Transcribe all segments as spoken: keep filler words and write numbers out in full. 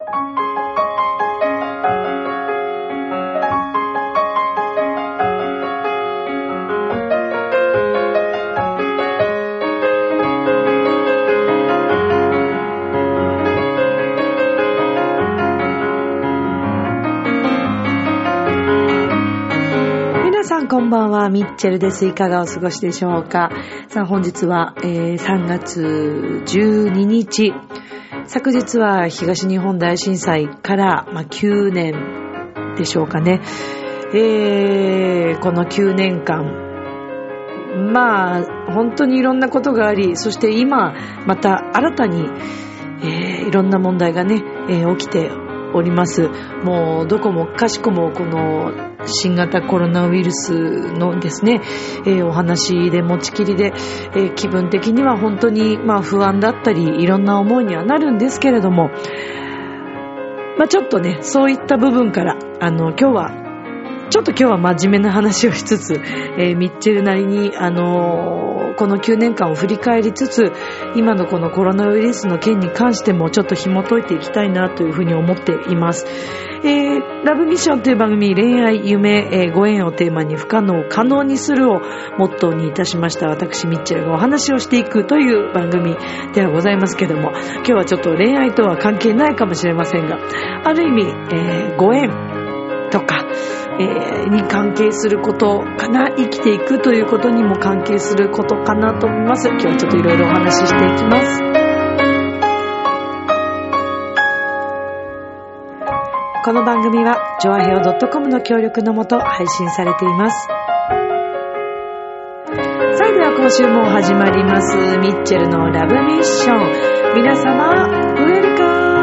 こんばんは、ミッチェルです。いかがお過ごしでしょうか。さあ、本日は、えー、さんがつじゅうににち、昨日は東日本大震災から、まあ、きゅうねんでしょうかね。えー、このきゅうねんかん、まあ本当にいろんなことがあり、そして今また新たに、えー、いろんな問題がね、えー、起きております。もうどこもかしこもこの新型コロナウイルスのですね、えー、お話で持ちきりで、えー、気分的には本当にまあ不安だったりいろんな思いにはなるんですけれども、まあちょっとね、そういった部分からあの今日はちょっと今日は真面目な話をしつつ、えー、ミッチェルなりに、あのー、このきゅうねんかんを振り返りつつ、今のこのコロナウイルスの件に関してもちょっと紐解いていきたいなというふうに思っています。えー、ラブミッションという番組、恋愛、夢、えー、ご縁をテーマに不可能を可能にするをモットーにいたしました私ミッチェルがお話をしていくという番組ではございますけども、今日はちょっと恋愛とは関係ないかもしれませんが、ある意味、えー、ご縁とか、えー、に関係することかな、生きていくということにも関係することかなと思います。今日はちょっといろいろお話ししていきます。この番組はジョアヘオ .com の協力のもと配信されています。それでは今週も始まりますミッチェルのラブミッション。皆様ウェルカム。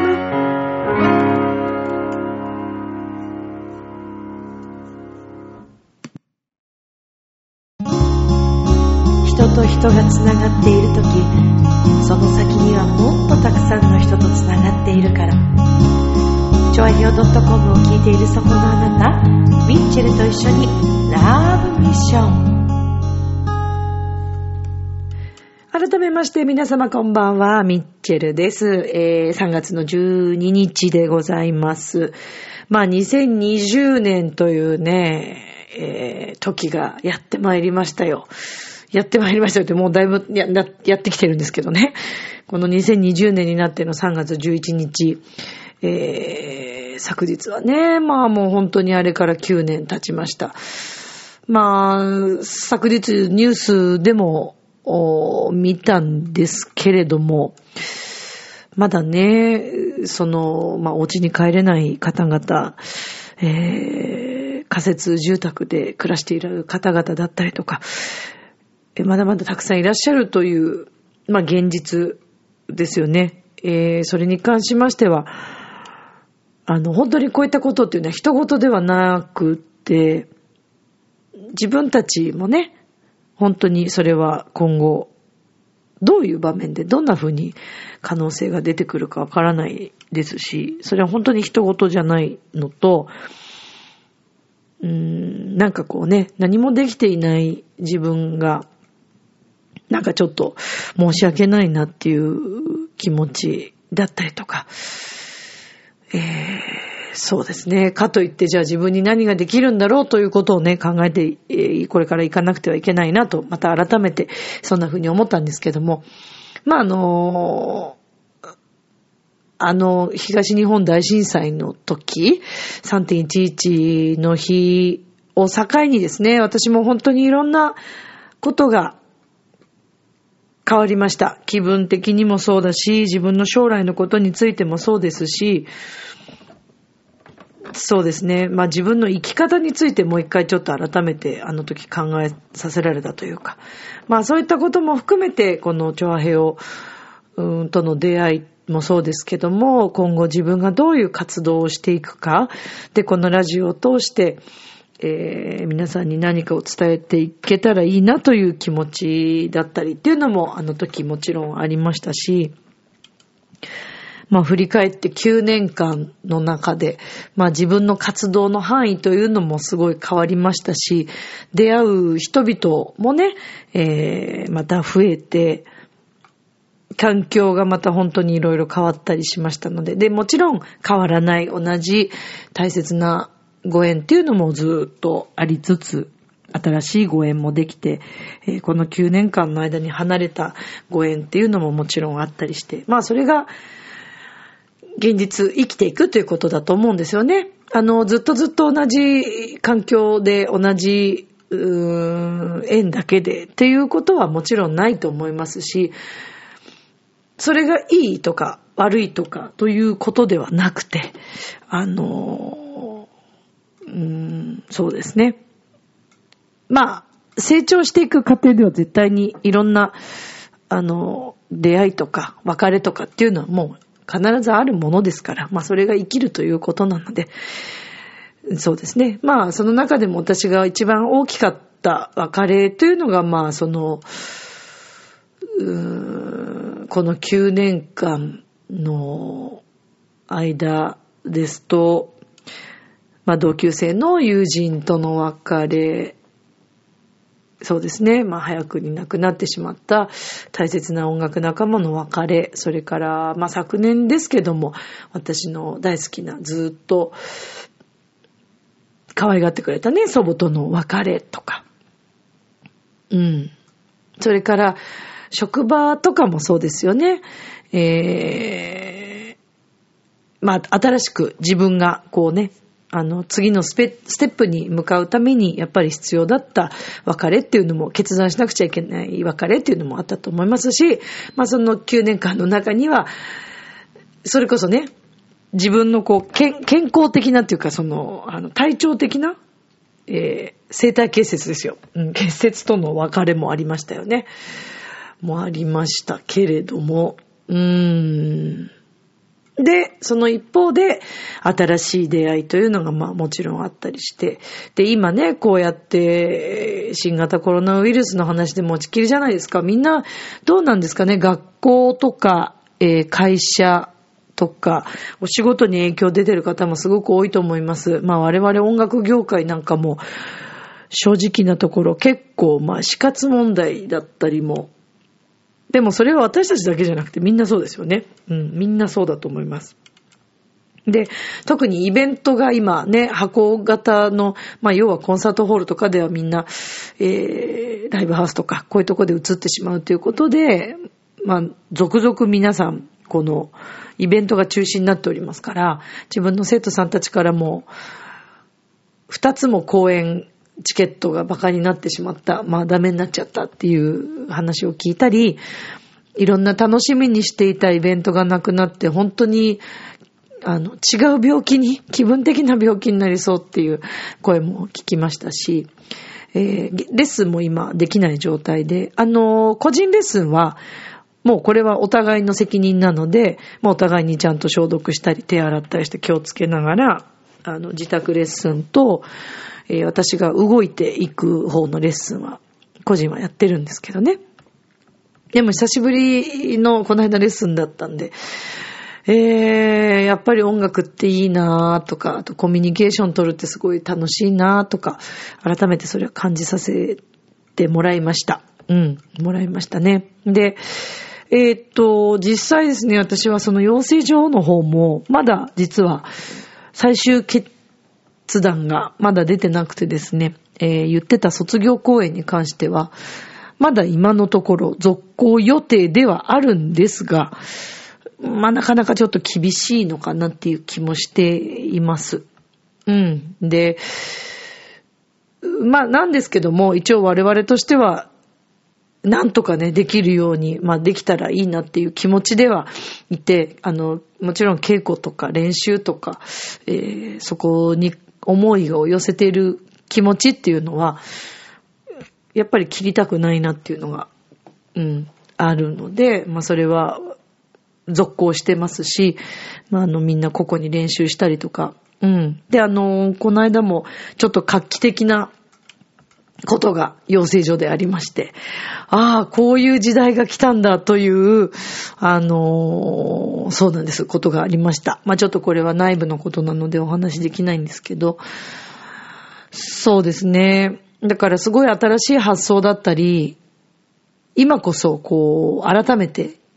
人と人がつながっているとき、その先にはもっとたくさんの人とつながっているから。チョアヘオ .com を聞いているそこのあなた、ミッチェルと一緒にラブミッション。改めまして皆様こんばんは、ミッチェルです。えー、さんがつのじゅうににちでございます。まあにせんにじゅうねんというね、えー、時がやってまいりましたよ。やってまいりましたよってもうだいぶ や, やってきてるんですけどね。このにせんにじゅうねんになってのさんがつじゅういちにち、えー、昨日はね、まあもう本当にあれからきゅうねん経ちました。まあ昨日ニュースでも見たんですけれども、まだね、そのまあお家に帰れない方々、えー、仮設住宅で暮らしている方々だったりとか、まだまだたくさんいらっしゃるという、まあ現実ですよね。えー、それに関しましては、あの、本当にこういったことっていうのは人事ではなくって、自分たちもね、本当にそれは今後、どういう場面でどんな風に可能性が出てくるかわからないですし、それは本当に人事じゃないのと、うーん、なんかこうね、何もできていない自分が、なんかちょっと申し訳ないなっていう気持ちだったりとか、えー、そうですね。かといってじゃあ自分に何ができるんだろうということをね、考えて、えー、これから行かなくてはいけないなと、また改めてそんな風に思ったんですけども、まああのー、あの東日本大震災の時 さんてんいちいち の日を境にですね、私も本当にいろんなことが変わりました。気分的にもそうだし、自分の将来のことについてもそうですし、そうですね。まあ自分の生き方についてもう一回ちょっと改めてあの時考えさせられたというか、まあそういったことも含めてこのチョアヘオうんとの出会いもそうですけども、今後自分がどういう活動をしていくかで、このラジオを通してえー、皆さんに何かを伝えていけたらいいなという気持ちだったりっていうのもあの時もちろんありましたし、まあ振り返ってきゅうねんかんの中で、まあ自分の活動の範囲というのもすごい変わりましたし、出会う人々もね、えー、また増えて、 環境がまた本当にいろいろ変わったりしましたので、で、もちろん変わらない同じ大切なご縁っていうのもずっとありつつ、新しいご縁もできて、えー、このきゅうねんかんの間に離れたご縁っていうのももちろんあったりして、まあそれが現実生きていくということだと思うんですよね。あの、ずっとずっと同じ環境で同じうーん縁だけでっていうことはもちろんないと思いますし、それがいいとか悪いとかということではなくて、あの、うーん、そうですね。まあ、成長していく過程では絶対にいろんな、あの、出会いとか別れとかっていうのはもう必ずあるものですから、まあそれが生きるということなので、そうですね。まあその中でも私が一番大きかった別れというのが、まあその、うーんこのきゅうねんかんの間ですと、まあ同級生の友人との別れ、そうですね。まあ早くに亡くなってしまった大切な音楽仲間の別れ、それからまあ昨年ですけども、私の大好きなずっと可愛がってくれたね、祖母との別れとか。うん。それから職場とかもそうですよね。えー、まあ新しく自分がこうね、あの、次のスペ、ステップに向かうために、やっぱり必要だった別れっていうのも、決断しなくちゃいけない別れっていうのもあったと思いますし、まあそのきゅうねんかんの中には、それこそね、自分のこう、健、健康的なっていうか、その、あの、体調的な、えー、生体結節ですよ。うん、結節との別れもありましたよね。もありましたけれども、うーん。で、その一方で、新しい出会いというのが、まあもちろんあったりして。で、今ね、こうやって、新型コロナウイルスの話で持ちきりじゃないですか。みんな、どうなんですかね。学校とか、えー、会社とか、お仕事に影響出てる方もすごく多いと思います。まあ我々音楽業界なんかも、正直なところ結構、まあ死活問題だったりも、でもそれは私たちだけじゃなくてみんなそうですよね。うん、みんなそうだと思います。で、特にイベントが今ね、箱型の、まあ要はコンサートホールとかではみんな、えー、ライブハウスとかこういうとこで移ってしまうということで、まあ続々皆さんこのイベントが中止になっておりますから、自分の生徒さんたちからも二つも公演チケットがバカになってしまった。まあダメになっちゃったっていう話を聞いたり、いろんな楽しみにしていたイベントがなくなって本当にあの違う病気に、気分的な病気になりそうっていう声も聞きましたし、えー、レッスンも今できない状態で、あの個人レッスンはもうこれはお互いの責任なので、もうお互いにちゃんと消毒したり手洗ったりして気をつけながら、あの自宅レッスンとえー、私が動いていく方のレッスンは、個人はやってるんですけどね。でも久しぶりのこの間レッスンだったんで、えー、やっぱり音楽っていいなとか、あとコミュニケーション取るってすごい楽しいなとか、改めてそれは感じさせてもらいました。うん、もらいましたね。で、えー、っと、実際ですね、私はその養成所の方も、まだ実は最終決段がまだ出てなくてですね、えー、言ってた卒業公演に関してはまだ今のところ続行予定ではあるんですが、まあなかなかちょっと厳しいのかなっていう気もしています。うん。で、まあなんですけども、一応我々としてはなんとかね、できるように、まあできたらいいなっていう気持ちではいて、あの、もちろん稽古とか練習とか、えー、そこに思いを寄せている気持ちっていうのは、やっぱり切りたくないなっていうのが、うん、あるので、まあそれは続行してますし、まああのみんな個々に練習したりとか、うん。で、あの、この間もちょっと画期的なことが養成所でありまして、ああ、こういう時代が来たんだという、あのー、そうなんです、ことがありました。まあちょっとこれは内部のことなのでお話できないんですけど、そうですね。だからすごい新しい発想だったり、今こそこう、改めて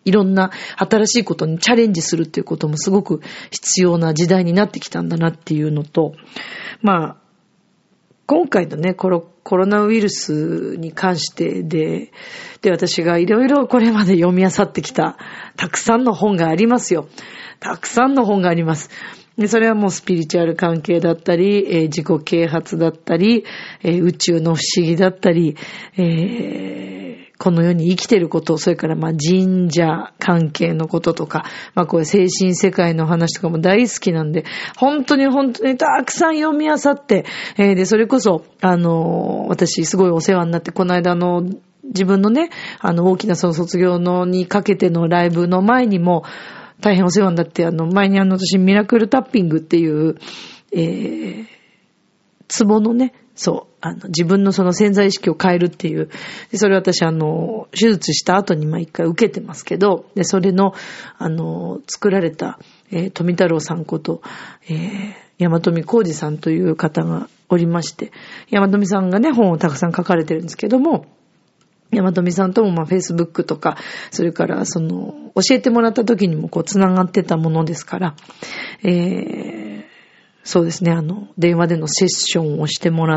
いろんな新しいことにチャレンジするっていうこともすごく必要な時代になってきたんだなっていうのと、まあ、今回のね、コロ、コロナウイルスに関してで、で、私がいろいろこれまで読み漁ってきた、たくさんの本がありますよ。たくさんの本があります。で、それはもうスピリチュアル関係だったり、えー、自己啓発だったり、えー、宇宙の不思議だったり、えー、この世に生きていること、それからまあ神社関係のこととか、まあこういう精神世界の話とかも大好きなんで、本当に本当にたくさん読み漁って、えー、で、それこそ、あのー、私すごいお世話になって、この間あの、自分のね、あの、大きなその卒業のにかけてのライブの前にも、大変お世話になって、あの、前にあの、私、ミラクルタッピングっていう、えー、ツボのね、そう、あの、自分のその潜在意識を変えるっていう、でそれ私、あの、手術した後に、まあ、一回受けてますけど、で、それの、あの、作られた、えー、富太郎さんこと、えー、山富浩二さんという方がおりまして、山富さんがね、本をたくさん書かれてるんですけども、山富さんともまあ Facebook とか、それからその教えてもらった時にもこう繋がってたものですから、えー、そうですね、あの電話でのセッションをしてもらって、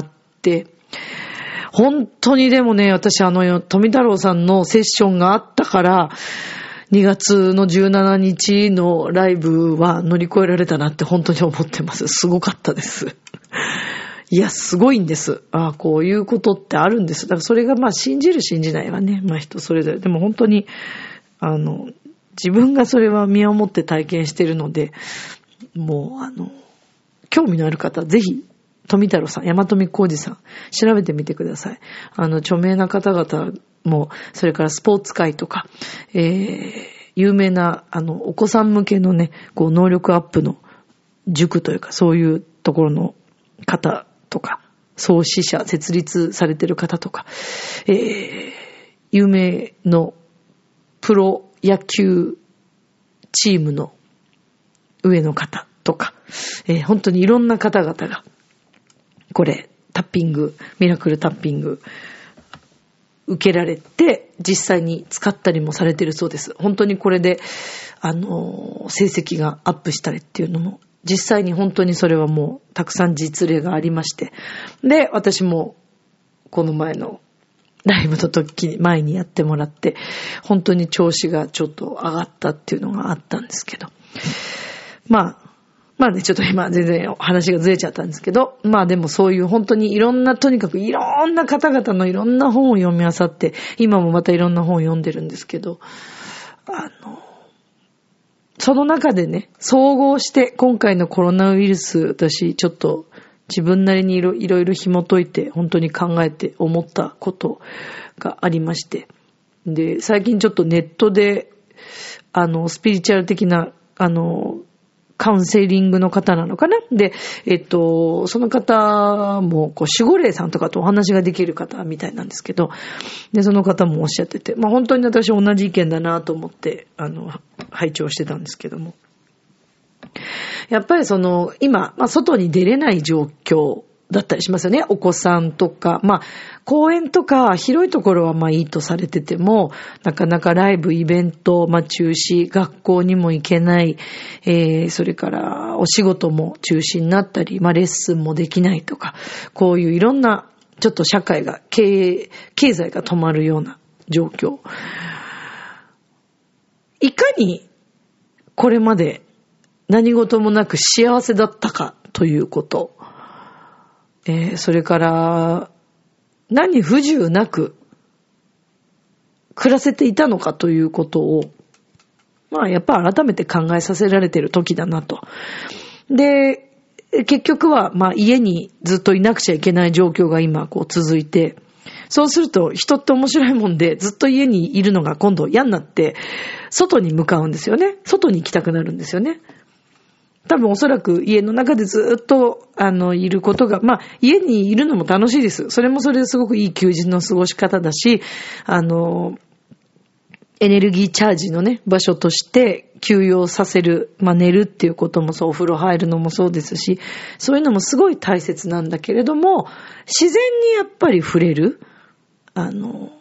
本当にでもね、私あの富太郎さんのセッションがあったからにがつのじゅうしちにちのライブは乗り越えられたなって本当に思ってます。すごかったです。いや、すごいんです。ああ、こういうことってあるんです。だからそれがまあ信じる信じないはね、まあ人それぞれ。でも本当に、あの、自分がそれは身をもって体験しているので、もうあの、興味のある方、ぜひ、富太郎さん、山富浩二さん、調べてみてください。あの、著名な方々も、それからスポーツ界とか、えー、有名な、あの、お子さん向けのね、こう、能力アップの塾というか、そういうところの方、とか、創始者、設立されている方とか、えー、有名のプロ野球チームの上の方とか、えー、本当にいろんな方々が、これ、タッピング、ミラクルタッピング、受けられて、実際に使ったりもされているそうです。本当にこれで、あのー、成績がアップしたりっていうのも、実際に本当にそれはもうたくさん実例がありまして。で、私もこの前のライブの時に前にやってもらって、本当に調子がちょっと上がったっていうのがあったんですけど。まあ、まあね、ちょっと今全然話がずれちゃったんですけど、まあでもそういう本当にいろんな、とにかくいろんな方々のいろんな本を読み漁って、今もまたいろんな本を読んでるんですけど、あの、その中でね、総合して今回のコロナウイルス、私ちょっと自分なりにいろいろ紐解いて本当に考えて思ったことがありまして。で、最近ちょっとネットで、あの、スピリチュアル的な、あの、カウンセリングの方なのかな。で、えっと、その方も、こう、守護霊さんとかとお話ができる方みたいなんですけど、で、その方もおっしゃってて、まあ本当に私同じ意見だなと思って、あの、拝聴してたんですけども。やっぱりその、今、まあ外に出れない状況だったりしますよね。お子さんとか、まあ、公園とか広いところはまあいいとされてても、なかなかライブ、イベント、まあ中止、学校にも行けない、えー、それからお仕事も中止になったり、まあレッスンもできないとか、こういういろんな、ちょっと社会が、経営、経済が止まるような状況。いかに、これまで何事もなく幸せだったかということ。えー、それから、何不自由なく暮らせていたのかということを、まあやっぱ改めて考えさせられている時だなと。で、結局はまあ家にずっといなくちゃいけない状況が今こう続いて、そうすると人って面白いもんでずっと家にいるのが今度嫌になって外に向かうんですよね。外に行きたくなるんですよね。多分おそらく家の中でずっとあのいることが、まあ家にいるのも楽しいです。それもそれですごくいい休日の過ごし方だし、あのエネルギーチャージのね場所として休養させる、まあ寝るっていうこともそう、お風呂入るのもそうですし、そういうのもすごい大切なんだけれども、自然にやっぱり触れる、あの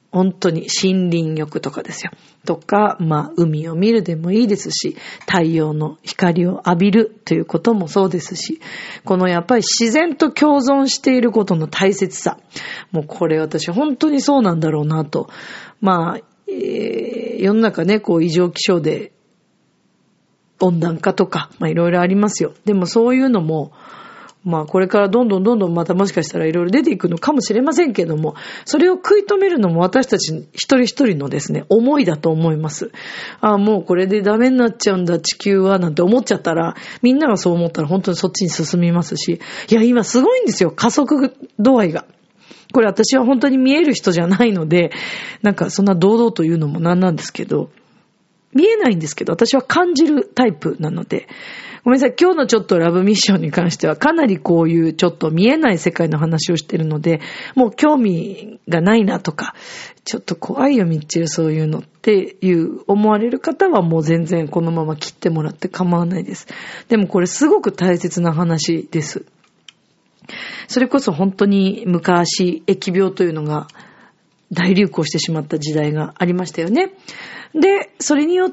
本当に森林浴とかですよ。とか、まあ、海を見るでもいいですし、太陽の光を浴びるということもそうですし、このやっぱり自然と共存していることの大切さ。もうこれ私本当にそうなんだろうなと。まあ、えー、世の中ね、こう異常気象で温暖化とか、まあいろいろありますよ。でもそういうのも、まあこれからどんどんどんどんまたもしかしたらいろいろ出ていくのかもしれませんけども、それを食い止めるのも私たち一人一人のですね、思いだと思います。ああ、もうこれでダメになっちゃうんだ地球はなんて思っちゃったら、みんながそう思ったら本当にそっちに進みますし、いや今すごいんですよ、加速度合いが。これ私は本当に見える人じゃないので、なんかそんな堂々と言うのもなんなんですけど、見えないんですけど、私は感じるタイプなので、ごめんなさい、今日のちょっとラブミッションに関してはかなりこういうちょっと見えない世界の話をしてるので、もう興味がないなとか、ちょっと怖いよミッチェルそういうのっていう思われる方はもう全然このまま切ってもらって構わないです。でもこれすごく大切な話です。それこそ本当に昔疫病というのが大流行してしまった時代がありましたよね。で、それによって、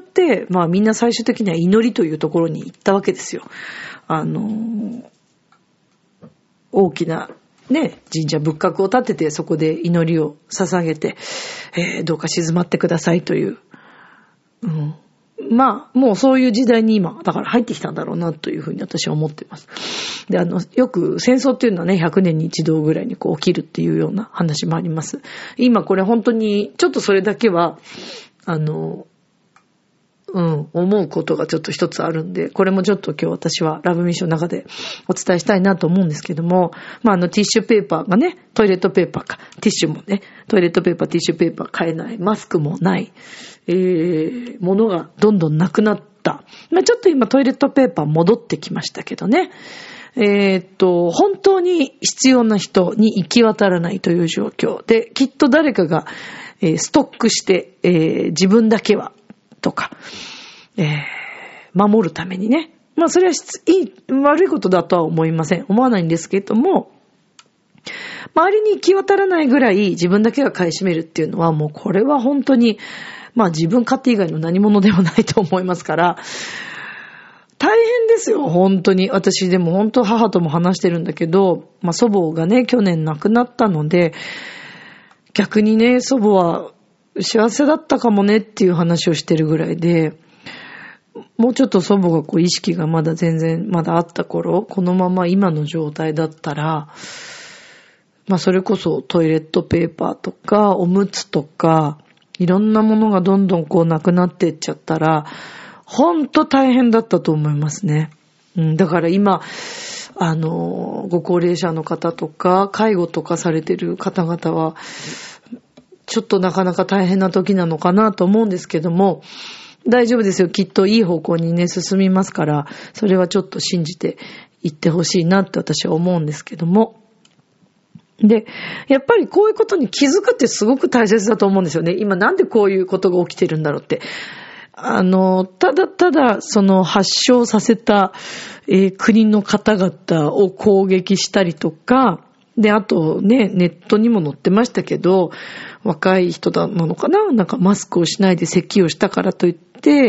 まあみんな最終的には祈りというところに行ったわけですよ。あの、大きなね、神社仏閣を建ててそこで祈りを捧げて、えー、どうか静まってくださいという。うん、まあ、もうそういう時代に今、だから入ってきたんだろうなというふうに私は思っています。で、あの、よく戦争っていうのはね、ひゃくねんに一度ぐらいにこう起きるっていうような話もあります。今これ本当に、ちょっとそれだけは、あの、うん、思うことがちょっと一つあるんで、これもちょっと今日私はラブミッションの中でお伝えしたいなと思うんですけども、まああのティッシュペーパーがね、トイレットペーパーか、ティッシュもね、トイレットペーパー、ティッシュペーパー買えない、マスクもない、えー、ものがどんどんなくなった。まあちょっと今トイレットペーパー戻ってきましたけどね。えー、っと、本当に必要な人に行き渡らないという状況で、きっと誰かが、えー、ストックして、えー、自分だけは、とか、えー、守るためにね。まあそれはいい、悪いことだとは思いません。思わないんですけども、周りに行き渡らないぐらい自分だけが買い占めるっていうのはもうこれは本当に、まあ自分勝手以外の何者でもないと思いますから、大変ですよ、本当に。私でも本当母とも話してるんだけど、まあ祖母がね、去年亡くなったので、逆にね、祖母は幸せだったかもねっていう話をしてるぐらいで、もうちょっと祖母がこう意識がまだ全然まだあった頃、このまま今の状態だったら、まあそれこそトイレットペーパーとかおむつとかいろんなものがどんどんこうなくなっていっちゃったら、ほんと大変だったと思いますね。うん、だから今、あの、ご高齢者の方とか介護とかされてる方々は、ちょっとなかなか大変な時なのかなと思うんですけども、大丈夫ですよ。きっといい方向にね、進みますから、それはちょっと信じていってほしいなって私は思うんですけども。で、やっぱりこういうことに気づくってすごく大切だと思うんですよね。今なんでこういうことが起きてるんだろうって。あの、ただただその発症させた、えー、国の方々を攻撃したりとか、で、あとね、ネットにも載ってましたけど、若い人なのかな、なんかマスクをしないで咳をしたからといって、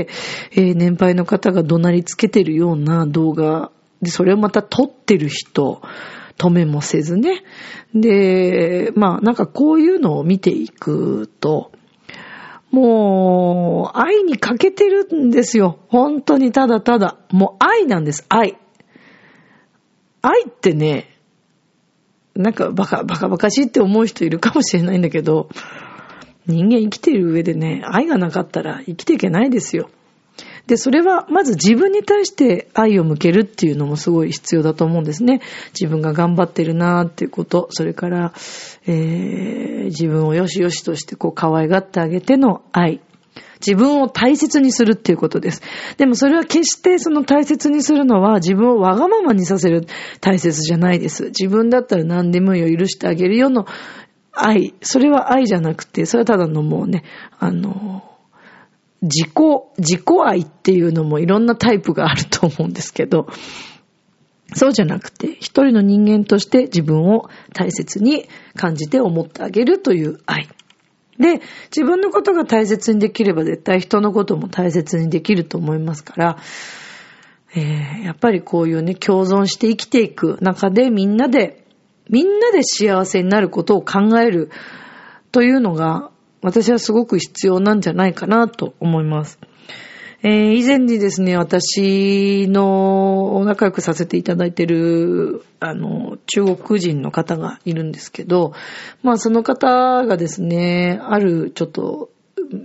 えー、年配の方が怒鳴りつけてるような動画で、それをまた撮ってる人、止めもせずね。で、まあなんかこういうのを見ていくと、もう愛に欠けてるんですよ。本当にただただ。もう愛なんです、愛。愛ってね、なんかバカ、バカバカしいって思う人いるかもしれないんだけど、人間生きている上でね、愛がなかったら生きていけないですよ。で、それはまず自分に対して愛を向けるっていうのもすごい必要だと思うんですね。自分が頑張ってるなーっていうこと、それから、えー、自分をよしよしとしてこう可愛がってあげての愛。自分を大切にするっていうことです。でもそれは決してその大切にするのは自分をわがままにさせる大切じゃないです。自分だったら何でもいいよ許してあげるよの愛。それは愛じゃなくて、それはただのもうね、あの、自己、自己愛っていうのもいろんなタイプがあると思うんですけど、そうじゃなくて、一人の人間として自分を大切に感じて思ってあげるという愛。 で、自分のことが大切にできれば絶対人のことも大切にできると思いますから、えー、やっぱりこういうね、共存して生きていく中でみんなで、みんなで幸せになることを考えるというのが、私はすごく必要なんじゃないかなと思います。えー、以前にですね、私の仲良くさせていただいている、あの、中国人の方がいるんですけど、まあその方がですね、あるちょっと、うん、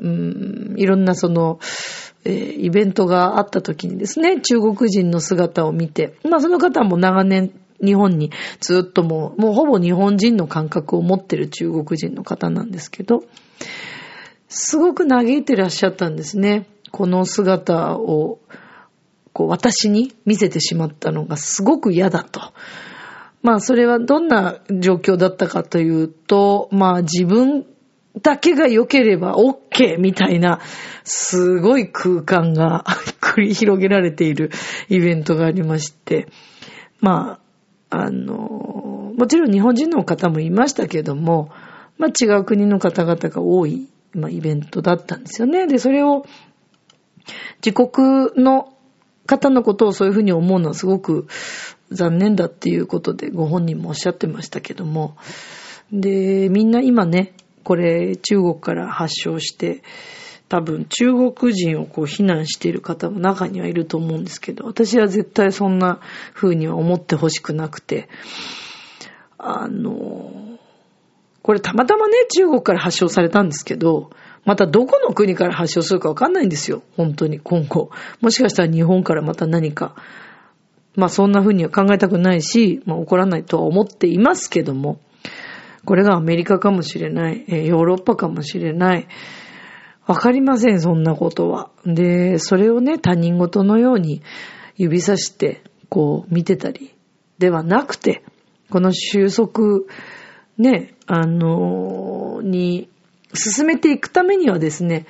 いろんなその、えー、イベントがあった時にですね、中国人の姿を見て、まあその方も長年日本にずっともう、もうほぼ日本人の感覚を持ってる中国人の方なんですけど、すごく嘆いてらっしゃったんですね。この姿をこう私に見せてしまったのがすごく嫌だと。まあそれはどんな状況だったかというと、まあ自分だけが良ければ OK みたいなすごい空間が繰り広げられているイベントがありまして、まああのもちろん日本人の方もいましたけども、まあ違う国の方々が多い、まあ、イベントだったんですよね。でそれを自国の方のことをそういうふうに思うのはすごく残念だっていうことでご本人もおっしゃってましたけども、でみんな今ね、これ中国から発祥して多分中国人をこう非難している方も中にはいると思うんですけど、私は絶対そんな風には思ってほしくなくて、あのこれたまたまね中国から発祥されたんですけど、またどこの国から発祥するかわかんないんですよ。本当に今後。もしかしたら日本からまた何か。まあそんな風には考えたくないし、まあ起こらないとは思っていますけども、これがアメリカかもしれない、えー、ヨーロッパかもしれない。わかりません、そんなことは。で、それをね、他人事のように指さして、こう見てたりではなくて、この収束、ね、あのー、に、進めていくためにはですね、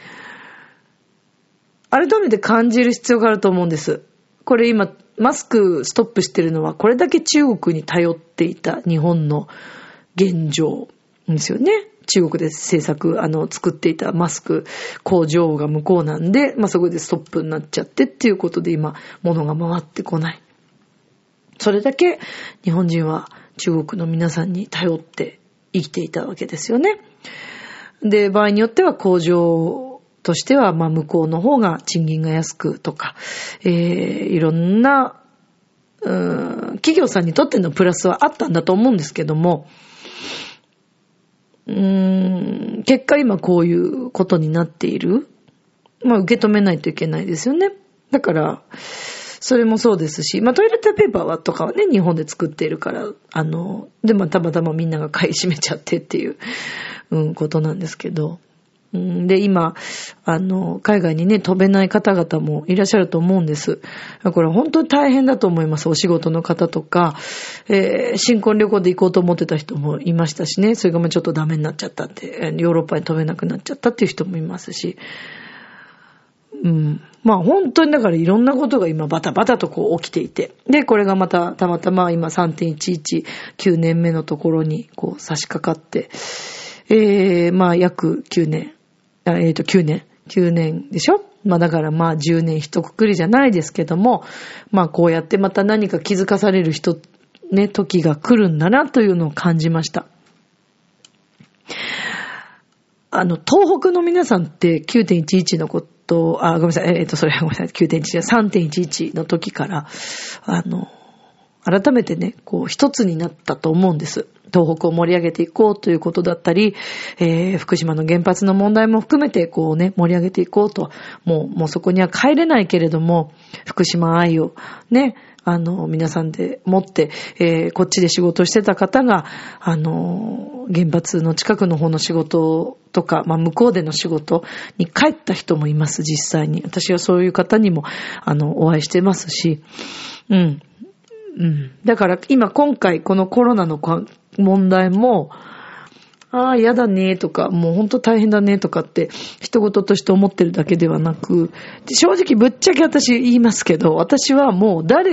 改めて感じる必要があると思うんです。これ今マスクストップしてるのはこれだけ中国に頼っていた日本の現状ですよね。中国で制作あの作っていたマスク工場が向こうなんで、まあそこでストップになっちゃってっていうことで今物が回ってこない。それだけ日本人は中国の皆さんに頼って生きていたわけですよね。で、場合によっては工場としては、まあ向こうの方が賃金が安くとか、えー、いろんな、うーん、企業さんにとってのプラスはあったんだと思うんですけども、うーん、結果今こういうことになっている。まあ受け止めないといけないですよね。だから、それもそうですし、まあトイレットペーパーはとかはね、日本で作っているから、あの、でもたまたまみんなが買い占めちゃってっていう、うん、ことなんですけど。うん、で、今、あの、海外にね、飛べない方々もいらっしゃると思うんです。これ本当に大変だと思います。お仕事の方とか、えー、新婚旅行で行こうと思ってた人もいましたしね、それがもうちょっとダメになっちゃったって、ヨーロッパに飛べなくなっちゃったっていう人もいますし、うん。まあ本当にだからいろんなことが今バタバタとこう起きていて。で、これがまたたまたま今 さんてんいちいちきゅうねんめのところにこう差し掛かって、えー、まあ約きゅうねん、えっときゅうねん、きゅうねんでしょ？まあだからまあじゅうねん一括りじゃないですけども、まあこうやってまた何か気づかされる人、ね、時が来るんだなというのを感じました。あの、東北の皆さんって きゅうてんいちいち のこと、あ、ごめんなさい、えっと、それはごめんなさい、きゅうてんいちいち、さんてんいちいち の時から、あの、改めてね、こう、一つになったと思うんです。東北を盛り上げていこうということだったり、えー、福島の原発の問題も含めて、こうね、盛り上げていこうと、もう、もうそこには帰れないけれども、福島愛をね、あの、皆さんで持って、えー、こっちで仕事をしてた方が、あの、原発の近くの方の仕事とか、まあ、向こうでの仕事に帰った人もいます、実際に。私はそういう方にも、あの、お会いしてますし、うん。うん。だから、今、今回、このコロナの問題も、ああ、嫌だねとか、もう本当大変だねとかって、一言として思ってるだけではなく、正直ぶっちゃけ私言いますけど、私はもう誰、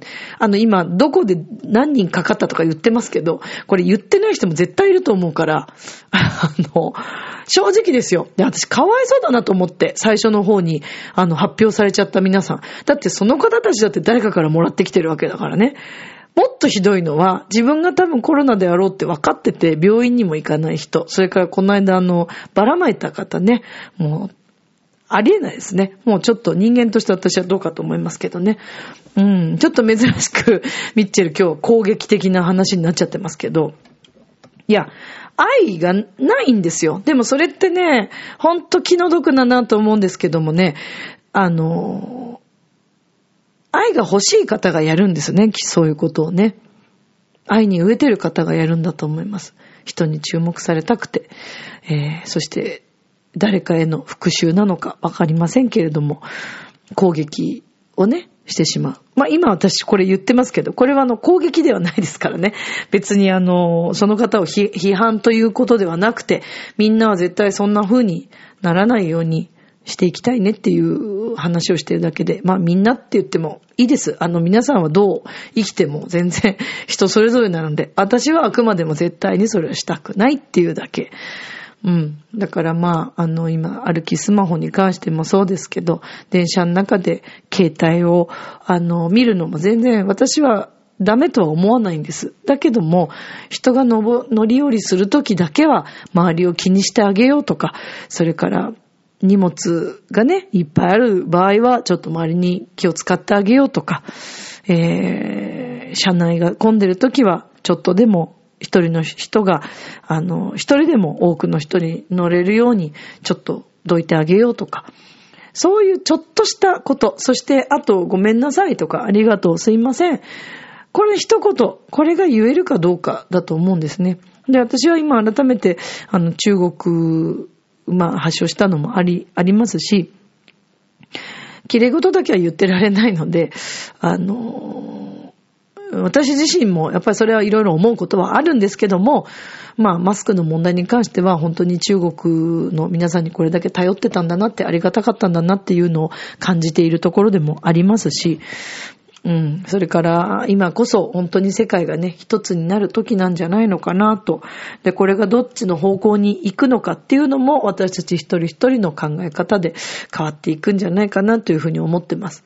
あの今どこで何人かかったとか言ってますけど、これ言ってない人も絶対いると思うから、あの、正直ですよ。で、私かわいそうだなと思って、最初の方にあの発表されちゃった皆さん。だってその方たちだって誰かからもらってきてるわけだからね。もっとひどいのは、自分が多分コロナであろうって分かってて、病院にも行かない人、それからこの間あの、ばらまいた方ね、もう、ありえないですね。もうちょっと人間として私はどうかと思いますけどね。うん、ちょっと珍しく、ミッチェル今日攻撃的な話になっちゃってますけど、いや、愛がないんですよ。でもそれってね、ほんと気の毒だなと思うんですけどもね、あの、愛が欲しい方がやるんですね。そういうことをね。愛に飢えてる方がやるんだと思います。人に注目されたくて。えー、そして誰かへの復讐なのかわかりませんけれども、攻撃をね、してしまう。まあ今私これ言ってますけど、これはあの攻撃ではないですからね。別にあの、その方を批判ということではなくて、みんなは絶対そんな風にならないようにしていきたいねっていう話をしてるだけで、まあみんなって言ってもいいです。あの皆さんはどう生きても全然人それぞれなので、私はあくまでも絶対にそれをしたくないっていうだけ。うん。だからまあ、あの今歩きスマホに関してもそうですけど、電車の中で携帯をあの見るのも全然私はダメとは思わないんです。だけども、人がのぼ乗り降りするときだけは周りを気にしてあげようとか、それから荷物がね、いっぱいある場合は、ちょっと周りに気を使ってあげようとか、えー、車内が混んでるときは、ちょっとでも一人の人が、あの、一人でも多くの人に乗れるように、ちょっとどいてあげようとか、そういうちょっとしたこと、そして、あと、ごめんなさいとか、ありがとう、すいません。これ一言、これが言えるかどうかだと思うんですね。で、私は今改めて、あの、中国、まあ、発症したのもあり、ありますし、綺麗事だけは言ってられないので、あの、私自身もやっぱりそれはいろいろ思うことはあるんですけども、まあ、マスクの問題に関しては本当に中国の皆さんにこれだけ頼ってたんだなって、ありがたかったんだなっていうのを感じているところでもありますし、うん。それから、今こそ本当に世界がね、一つになる時なんじゃないのかなと。で、これがどっちの方向に行くのかっていうのも、私たち一人一人の考え方で変わっていくんじゃないかなというふうに思ってます。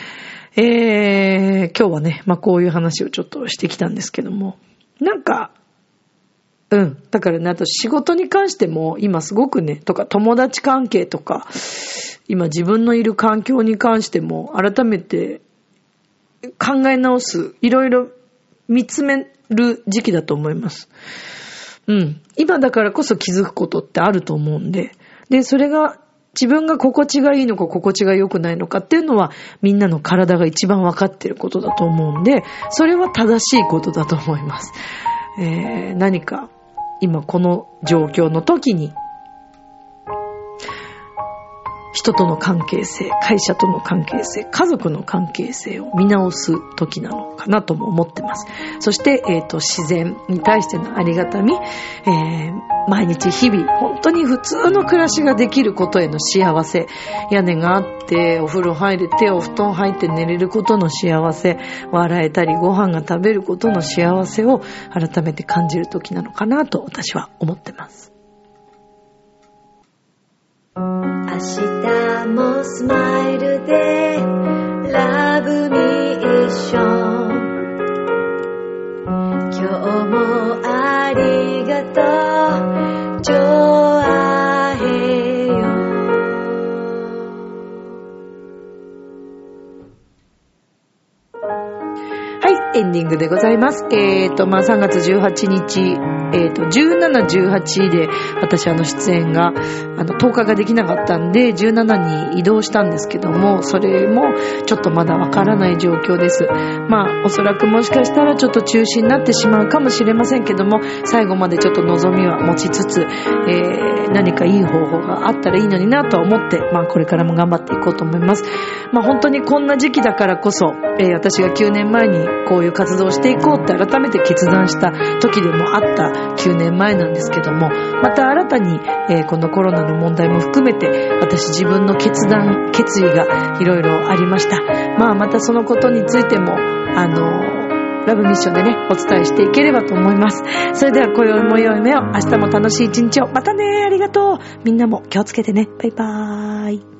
えー、今日はね、まあこういう話をちょっとしてきたんですけども。なんか、うん。だからね、あと仕事に関しても、今すごくね、とか友達関係とか、今自分のいる環境に関しても、改めて、考え直す、いろいろ見つめる時期だと思います。うん。今だからこそ気づくことってあると思うんで。で、それが自分が心地がいいのか心地が良くないのかっていうのはみんなの体が一番わかっていることだと思うんで、それは正しいことだと思います。えー、何か今この状況の時に人との関係性、会社との関係性、家族の関係性を見直す時なのかなとも思ってます。そして、えっと、自然に対してのありがたみ、えー、毎日日々、本当に普通の暮らしができることへの幸せ、屋根があって、お風呂入れて、お布団入って寝れることの幸せ、笑えたり、ご飯が食べることの幸せを改めて感じる時なのかなと私は思ってます。 明日もスマイルでラブミッション、今日もありがとうジョアヘヨ。 はい、エンディングでございます。えーと、まあ、さんがつじゅうはちにち、えーと、じゅうしち、じゅうはちで、私あの出演が、あの、とおかができなかったんで、じゅうしちに移動したんですけども、それも、ちょっとまだわからない状況です。まあ、おそらくもしかしたらちょっと中止になってしまうかもしれませんけども、最後までちょっと望みは持ちつつ、えー、何かいい方法があったらいいのになとは思って、まあ、これからも頑張っていこうと思います。まあ、本当にこんな時期だからこそ、えー、私がきゅうねんまえにこういう活動をしていこうって改めて決断した時でもあったきゅうねんまえなんですけども、また新たに、えー、このコロナの問題も含めて私自分の決断決意がいろいろありました。まあまたそのことについてもあの、ラブミッションでね、お伝えしていければと思います。それでは、今宵も良い夢を、明日も楽しい一日を。またね、ありがとう。みんなも気をつけてね。バイバーイ。